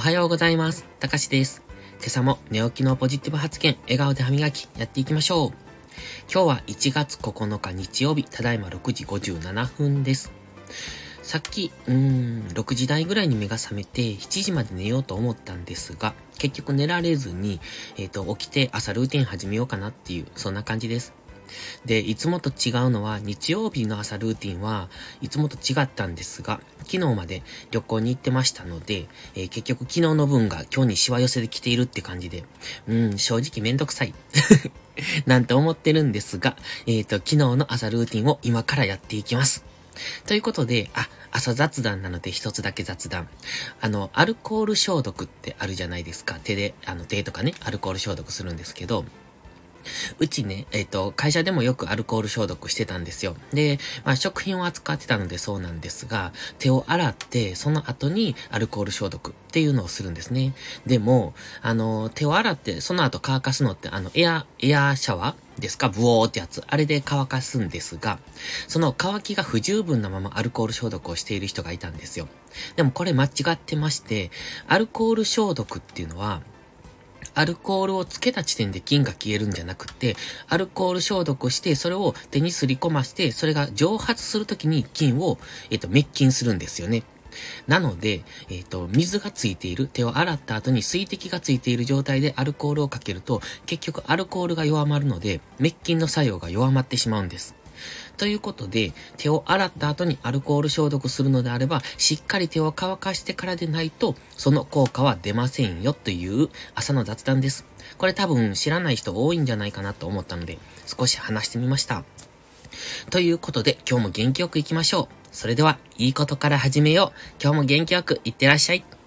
はようございます。たかしです。今朝も寝起きのポジティブ発言、笑顔で歯磨き、やっていきましょう。今日は1月9日日曜日、ただいま6時57分です。さっき、6時台ぐらいに目が覚めて、7時まで寝ようと思ったんですが、結局寝られずに、起きて朝ルーティン始めようかなっていう、そんな感じです。で、いつもと違うのは、日曜日の朝ルーティンはいつもと違ったんですが、昨日まで旅行に行ってましたので、結局昨日の分が今日にしわ寄せで来ているって感じで、正直めんどくさい。なんて思ってるんですが、昨日の朝ルーティンを今からやっていきます。ということで、朝雑談なので一つだけ雑談。アルコール消毒ってあるじゃないですか。手で、手とかね、アルコール消毒するんですけど、うちね、会社でもよくアルコール消毒してたんですよ。で、食品を扱ってたのでそうなんですが、手を洗って、その後にアルコール消毒っていうのをするんですね。でも、手を洗って、その後乾かすのって、エアシャワーですかブオーってやつ。あれで乾かすんですが、その乾きが不十分なままアルコール消毒をしている人がいたんですよ。でもこれ間違ってまして、アルコール消毒っていうのは、アルコールをつけた時点で菌が消えるんじゃなくて、アルコール消毒をして、それを手にすり込まして、それが蒸発するときに菌を、滅菌するんですよね。なので、水がついている、手を洗った後に水滴がついている状態でアルコールをかけると、結局アルコールが弱まるので、滅菌の作用が弱まってしまうんです。ということで、手を洗った後にアルコール消毒するのであれば、しっかり手を乾かしてからでないと、その効果は出ませんよという朝の雑談です。これ多分知らない人多いんじゃないかなと思ったので、少し話してみました。ということで、今日も元気よくいきましょう。それでは、いいことから始めよう。今日も元気よくいってらっしゃい。